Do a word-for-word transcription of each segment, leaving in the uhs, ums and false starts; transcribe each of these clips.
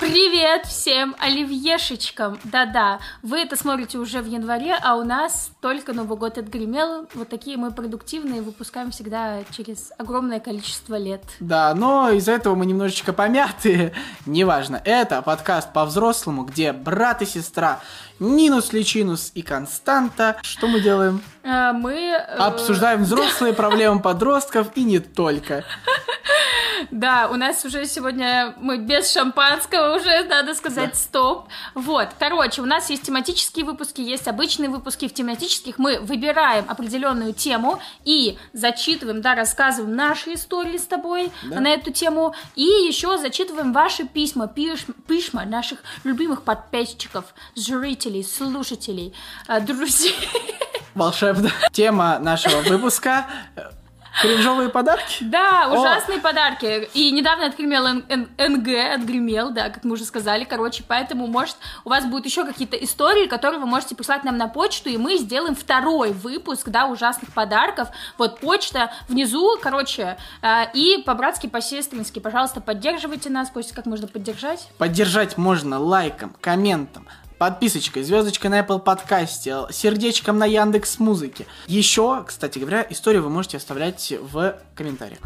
Привет всем оливьешечкам! Да-да, вы это смотрите уже в январе, а у нас только Новый год отгремел. Вот такие мы продуктивные, выпускаем всегда через огромное количество лет. Да, но из-за этого мы немножечко помятые. Неважно, это подкаст по-взрослому, где брат и сестра, Нинус, Личинус и Константа. Что мы делаем? А, мы... Обсуждаем взрослые проблемы подростков и не только. Да, у нас уже сегодня мы без шампанского уже, надо сказать, да. Стоп. Вот, короче, у нас есть тематические выпуски, есть обычные выпуски. В тематических мы выбираем определенную тему и зачитываем, да, рассказываем наши истории с тобой, да, на эту тему. И еще зачитываем ваши письма, пиш, письма наших любимых подписчиков, зрителей, слушателей, друзей. Волшебно. Тема нашего выпуска... Кринжовые подарки? Да, ужасные О. подарки. И недавно отгремел эн гэ, отгремел, да, как мы уже сказали. Короче, поэтому, может, у вас будут еще какие-то истории, которые вы можете прислать нам на почту, и мы сделаем второй выпуск, да, ужасных подарков. Вот почта внизу, короче, и по-братски, по-сестрински, пожалуйста, поддерживайте нас. Костя, как можно поддержать? Поддержать можно лайком, комментом, подписочкой, звездочкой на Apple подкасте, сердечком на Яндекс.Музыке. Еще, кстати говоря, историю вы можете оставлять в комментариях.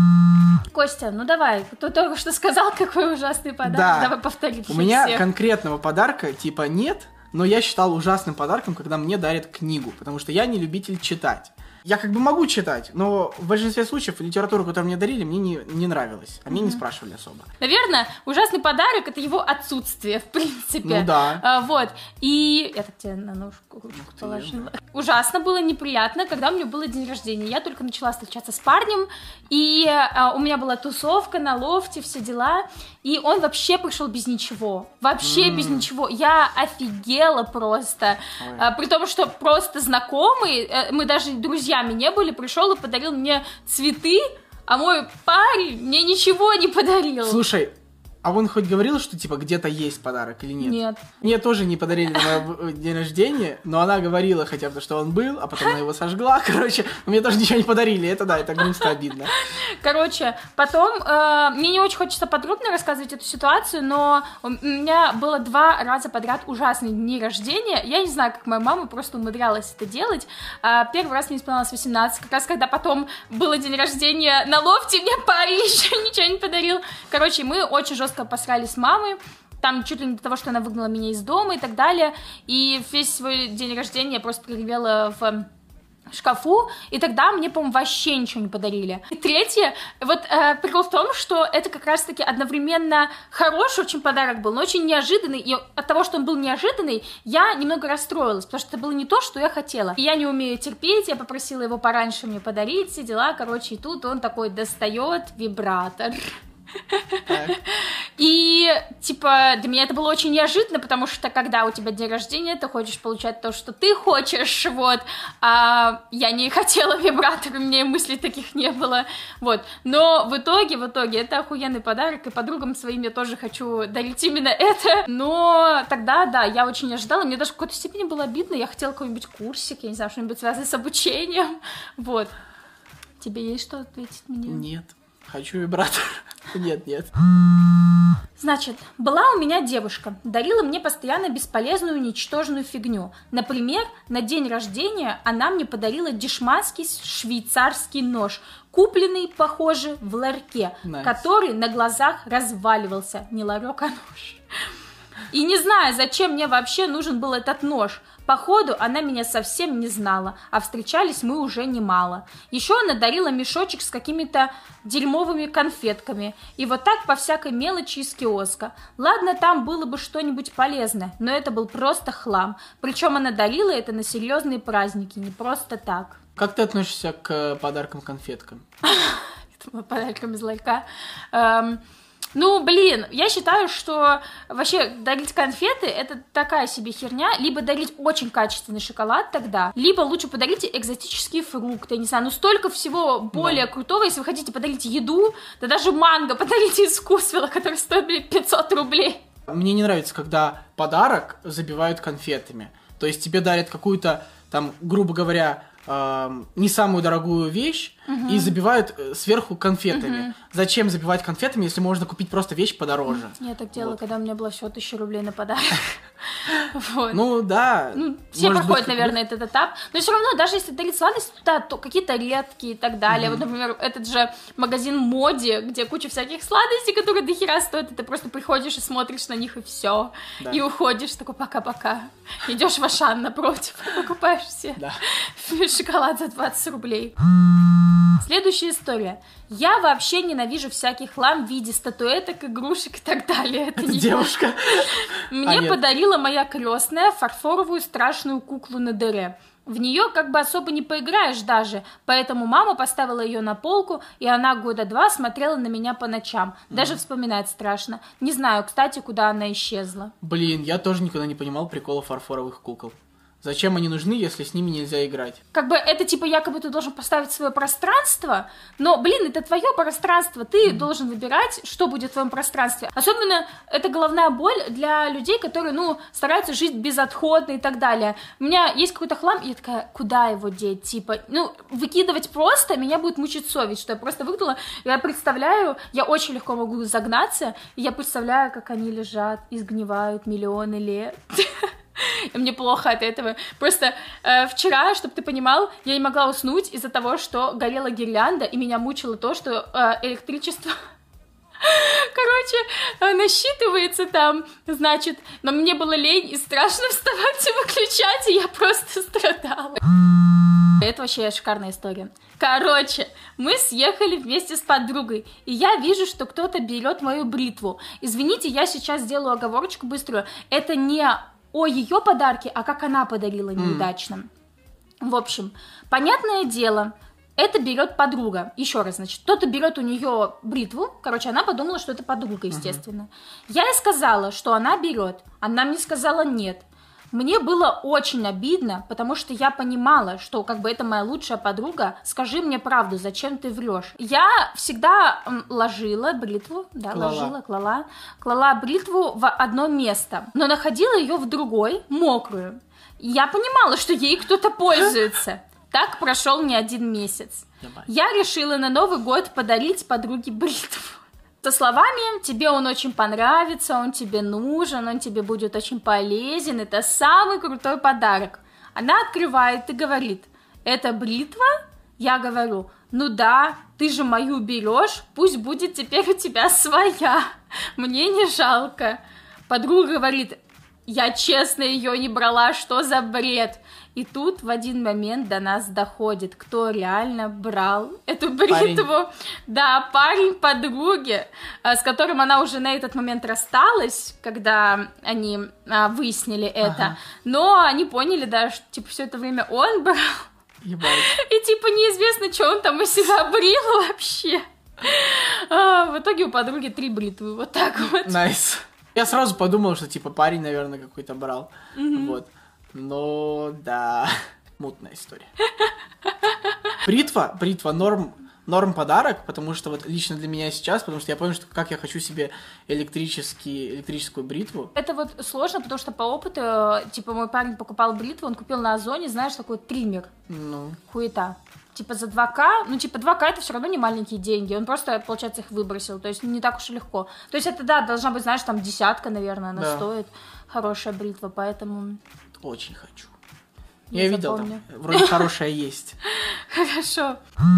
Костя, ну давай, кто только что сказал, какой ужасный подарок. Да. Давай повтори. У меня всех. конкретного подарка типа нет, но я считал ужасным подарком, когда мне дарят книгу, потому что я не любитель читать. Я как бы могу читать, но в большинстве случаев литературу, которую мне дарили, мне не, не нравилась. А меня mm-hmm. не спрашивали особо. Наверное, ужасный подарок — это его отсутствие, в принципе. Ну да. А, вот. И я так тебе на ножку ручку положила. Ужасно было, неприятно, когда у меня было день рождения. Я только начала встречаться с парнем, и а, у меня была тусовка на лофте, все дела. И он вообще пришел без ничего. Вообще mm. без ничего. Я офигела просто. А, при том, что просто знакомый, мы даже друзьями не были, пришел и подарил мне цветы, а мой парень мне ничего не подарил. Слушай, а он хоть говорил, что типа где-то есть подарок или нет? Нет. Мне тоже не подарили на мой день рождения, но она говорила хотя бы, что он был, а потом она его сожгла, короче, мне тоже ничего не подарили, это да, это грустно, обидно. Короче, потом, э, мне не очень хочется подробно рассказывать эту ситуацию, но у меня было два раза подряд ужасные дни рождения, я не знаю, как моя мама просто умудрялась это делать. Э, первый раз мне исполнилось восемнадцать, как раз когда потом было день рождения на лофте, мне парень еще ничего не подарил. Короче, мы очень жестко посрали с мамой, там чуть ли не до того, что она выгнала меня из дома и так далее, и весь свой день рождения я просто проревела в шкафу, и тогда мне, по-моему, вообще ничего не подарили. И третье, вот э, прикол в том, что это как раз-таки одновременно хороший очень подарок был, но очень неожиданный, и от того, что он был неожиданный, я немного расстроилась, потому что это было не то, что я хотела. И я не умею терпеть, я попросила его пораньше мне подарить, все дела, короче, и тут он такой достает вибратор. Так. И, типа, для меня это было очень неожиданно, потому что, когда у тебя день рождения, ты хочешь получать то, что ты хочешь, вот, а я не хотела вибратор, у меня и мыслей таких не было, вот, но в итоге, в итоге, это охуенный подарок, и подругам своим я тоже хочу дарить именно это, но тогда, да, я очень не ожидала, мне даже в какой-то степени было обидно, я хотела какой-нибудь курсик, я не знаю, что-нибудь связанное с обучением, вот. Тебе есть что ответить мне? Нет. Хочу вибратор. Нет, нет. Значит, была у меня девушка, дарила мне постоянно бесполезную, ничтожную фигню. Например, на день рождения она мне подарила дешманский швейцарский нож, купленный, похоже, в ларьке, nice. Который на глазах разваливался. Не ларек, а нож. И не знаю, зачем мне вообще нужен был этот нож. Походу, она меня совсем не знала, а встречались мы уже немало. Еще она дарила мешочек с какими-то дерьмовыми конфетками. И вот так по всякой мелочи из киоска. Ладно, там было бы что-нибудь полезное, но это был просто хлам. Причем она дарила это на серьезные праздники, не просто так. Как ты относишься к подаркам-конфеткам? Подаркам из ларька. Ну, блин, я считаю, что вообще дарить конфеты — это такая себе херня. Либо дарить очень качественный шоколад тогда, либо лучше подарите экзотические фрукты, я не знаю, ну столько всего более да. крутого. Если вы хотите подарить еду, да даже манго подарите из вкусвилла, который стоит, блин, пятьсот рублей. Мне не нравится, когда подарок забивают конфетами. То есть тебе дарят какую-то, там, грубо говоря, э, не самую дорогую вещь, угу. и забивают сверху конфетами. Угу. Зачем забивать конфетами, если можно купить просто вещь подороже? Я так делала, вот. Когда у меня было всего тысяча рублей на подарок. Вот. Ну, да. Ну, все проходят, быть, наверное, этот этап. Но все равно, даже если дарить сладости, да, то какие-то редкие и так далее. Mm-hmm. Вот, например, этот же магазин Моди, где куча всяких сладостей, которые до хера стоят, и ты просто приходишь и смотришь на них, и все. Да. И уходишь, такой, пока-пока. Идешь в Ашан напротив, покупаешь все да. шоколад за двадцать рублей. Следующая история. Я вообще ненавижу всякий хлам в виде статуэток, игрушек и так далее. Это, Это девушка. Мне а, подарила моя крестная фарфоровую страшную куклу на дыре. В нее как бы особо не поиграешь даже, поэтому мама поставила ее на полку, и она года два смотрела на меня по ночам. Даже mm. вспоминать страшно. Не знаю, кстати, куда она исчезла. Блин, я тоже никогда не понимал прикола фарфоровых кукол. Зачем они нужны, если с ними нельзя играть? Как бы это типа якобы ты должен поставить свое пространство, но, блин, это твое пространство, ты mm. должен выбирать, что будет в твоем пространстве. Особенно это головная боль для людей, которые, ну, стараются жить безотходно и так далее. У меня есть какой-то хлам, и я такая, куда его деть? Типа, ну, выкидывать просто, меня будет мучить совесть, что я просто выкинула. Я представляю, я очень легко могу загнаться, и я представляю, как они лежат, изгнивают миллионы лет. И мне плохо от этого. Просто э, вчера, чтобы ты понимал, я не могла уснуть из-за того, что горела гирлянда, и меня мучило то, что э, электричество... Короче, э, насчитывается там, значит, но мне было лень и страшно вставать и выключать, и я просто страдала. Это вообще шикарная история. Короче, мы съехали вместе с подругой, и я вижу, что кто-то берет мою бритву. Извините, я сейчас сделаю оговорочку быструю. Это не... о ее подарке, а как она подарила неудачно. Mm. В общем, понятное дело, это берет подруга. Еще раз, значит, кто-то берет у нее бритву, короче, она подумала, что это подруга, естественно. Uh-huh. Я ей сказала, что она берет, она мне сказала нет. Мне было очень обидно, потому что я понимала, что как бы это моя лучшая подруга. Скажи мне правду, зачем ты врешь? Я всегда ложила бритву, да, клала. ложила, клала, клала бритву в одно место, но находила ее в другой, мокрую. Я понимала, что ей кто-то пользуется. Так прошел не один месяц. Я решила на Новый год подарить подруге бритву. Со словами, тебе он очень понравится, он тебе нужен, он тебе будет очень полезен, это самый крутой подарок. Она открывает и говорит, это бритва? Я говорю, ну да, ты же мою берешь, пусть будет теперь у тебя своя, мне не жалко. Подруга говорит, я честно ее не брала, что за бред? И тут в один момент до нас доходит, кто реально брал эту бритву. Парень. Да, парень подруги, с которым она уже на этот момент рассталась, когда они а, выяснили это. Ага. Но они поняли, да, что типа все это время он брал. Ебать. И типа неизвестно, что он там из себя брил вообще. А, в итоге у подруги три бритвы, вот так вот. Найс. Nice. Я сразу подумал, что типа парень, наверное, какой-то брал. Mm-hmm. Вот. Но, да, мутная история. Бритва, бритва, норм, норм подарок, потому что вот лично для меня сейчас, потому что я понял, что как я хочу себе электрический, электрическую бритву. Это вот сложно, потому что по опыту, типа, мой парень покупал бритву, он купил на Озоне, знаешь, такой триммер. Ну. Хуета. Типа за два ка, ну типа два ка это все равно не маленькие деньги, он просто, получается, их выбросил, то есть не так уж и легко. То есть это, да, должна быть, знаешь, там десятка, наверное, она да. стоит, хорошая бритва, поэтому... Очень хочу. Я, Я видел там, вроде хорошая есть. Хорошо.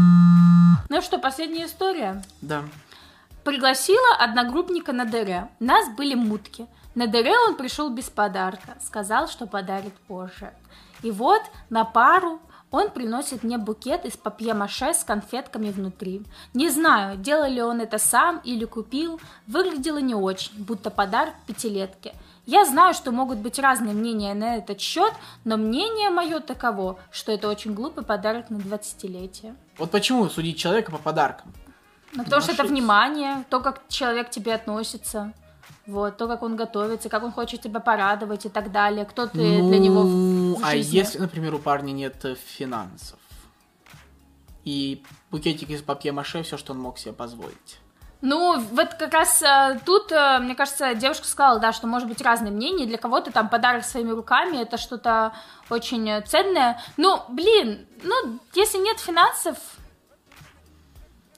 Ну что, последняя история? Да. Пригласила одногруппника на дыре. Нас были мутки. На дыре он пришел без подарка. Сказал, что подарит позже. И вот на пару он приносит мне букет из папье-маше с конфетками внутри. Не знаю, делал ли он это сам или купил. Выглядело не очень, будто подарок пятилетке. Я знаю, что могут быть разные мнения на этот счет, но мнение мое таково, что это очень глупый подарок на двадцатилетие. Вот почему судить человека по подаркам? Ну, потому что это внимание, то, как человек к тебе относится, вот, то, как он готовится, как он хочет тебя порадовать и так далее. Кто ты ну, для него в жизни. А если, например, у парня нет финансов? И букетик из папье-маше, все, что он мог себе позволить. Ну, вот как раз а, тут, а, мне кажется, девушка сказала, да, что может быть разные мнения, для кого-то там подарок своими руками, это что-то очень ценное, но, блин, ну, если нет финансов,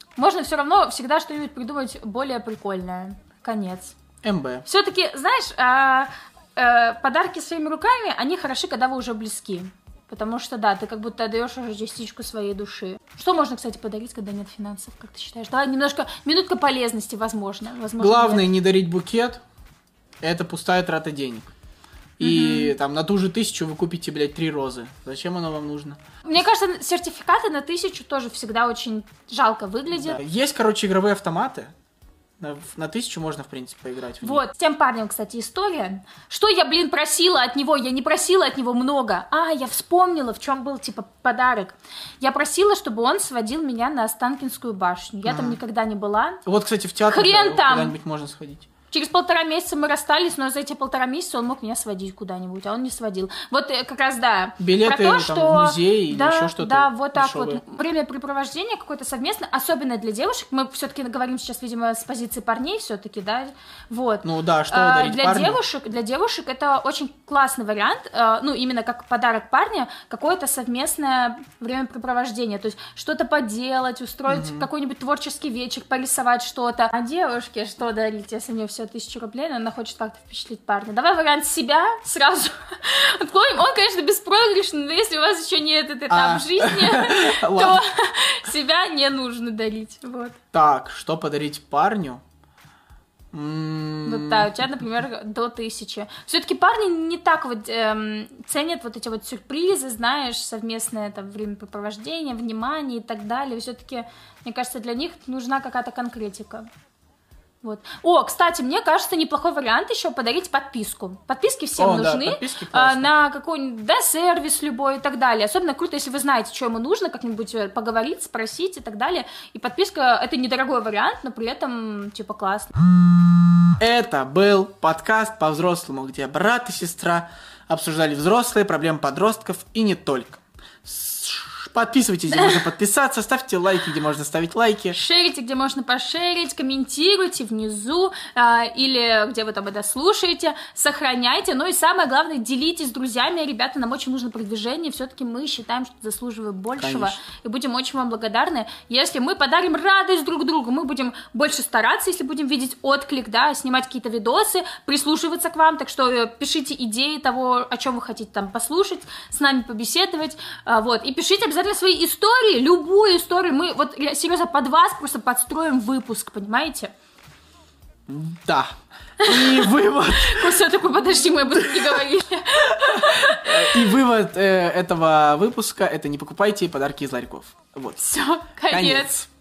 Можно все равно всегда что-нибудь придумать более прикольное. Конец. МБ. Все-таки, знаешь, а, а, подарки своими руками, они хороши, когда вы уже близки. Потому что, да, ты как будто отдаешь уже частичку своей души. Что можно, кстати, подарить, когда нет финансов, как ты считаешь? Давай немножко, минутка полезности, возможно. возможно Главное, нет. не дарить букет. Это пустая трата денег. И mm-hmm. там на ту же тысячу вы купите, блядь, три розы. Зачем оно вам нужно? Мне кажется, сертификаты на тысячу тоже всегда очень жалко выглядят. Да. Есть, короче, игровые автоматы. На, на тысячу можно, в принципе, поиграть в них. Вот, с тем парнем, кстати, история. Что я, блин, просила от него? Я не просила от него много. А, я вспомнила, в чем был, типа, подарок. Я просила, чтобы он сводил меня на Останкинскую башню. Я а. там никогда не была. Вот, кстати, в театр Хрен там. куда-нибудь можно сходить. Через полтора месяца мы расстались, но за эти полтора месяца он мог меня сводить куда-нибудь, а он не сводил. Вот как раз, да. Билеты про то, там, что... в музей да, или еще что-то. Да, вот так дешевое. вот. Времяпрепровождение какое-то совместное, особенно для девушек. Мы все-таки говорим сейчас, видимо, с позиции парней все-таки, да. Вот. Ну да, что а, дарить для парню? девушек, для девушек это очень классный вариант, ну, именно как подарок парня, какое-то совместное времяпрепровождение. То есть что-то поделать, устроить mm-hmm. какой-нибудь творческий вечер, порисовать что-то. А девушке что дарить, если у нее все тысячу рублей, она хочет как-то впечатлить парня. Давай вариант себя сразу отклоним. Он, конечно, беспроигрышный, но если у вас еще нет этот этап а. жизни, то себя не нужно дарить. Вот. Так, что подарить парню? Вот да, у тебя, например, до тысячи. Все-таки парни не так вот эм, ценят вот эти вот сюрпризы, знаешь, совместное там времяпрепровождение, внимание и так далее. Все-таки, мне кажется, для них нужна какая-то конкретика. Вот. О, кстати, мне кажется, неплохой вариант еще подарить подписку. Подписки всем О, нужны, да, на какой-нибудь, да, сервис любой и так далее. Особенно круто, если вы знаете, что ему нужно, как-нибудь поговорить, спросить и так далее. И подписка — это недорогой вариант, но при этом, типа, классно. Это был подкаст по-взрослому, где брат и сестра обсуждали взрослые проблемы подростков и не только. Подписывайтесь, где можно подписаться, ставьте лайки, где можно ставить лайки. Шерите, где можно пошерить, комментируйте внизу, э, или где вы там это слушаете, сохраняйте. Ну и самое главное, делитесь с друзьями. Ребята, нам очень нужно продвижение, все-таки мы считаем, что заслуживаем большего. Конечно. И будем очень вам благодарны. Если мы подарим радость друг другу, мы будем больше стараться, если будем видеть отклик, да, снимать какие-то видосы, прислушиваться к вам. Так что пишите идеи того, о чем вы хотите там послушать, с нами побеседовать, э, вот. И пишите обязательно свои истории, любую историю. Мы вот серьезно под вас просто подстроим выпуск, понимаете? Да. И вывод... Все такой, подожди, мы об этом не говорили. И вывод э, этого выпуска — это не покупайте подарки из ларьков. Вот. Все, конец. конец.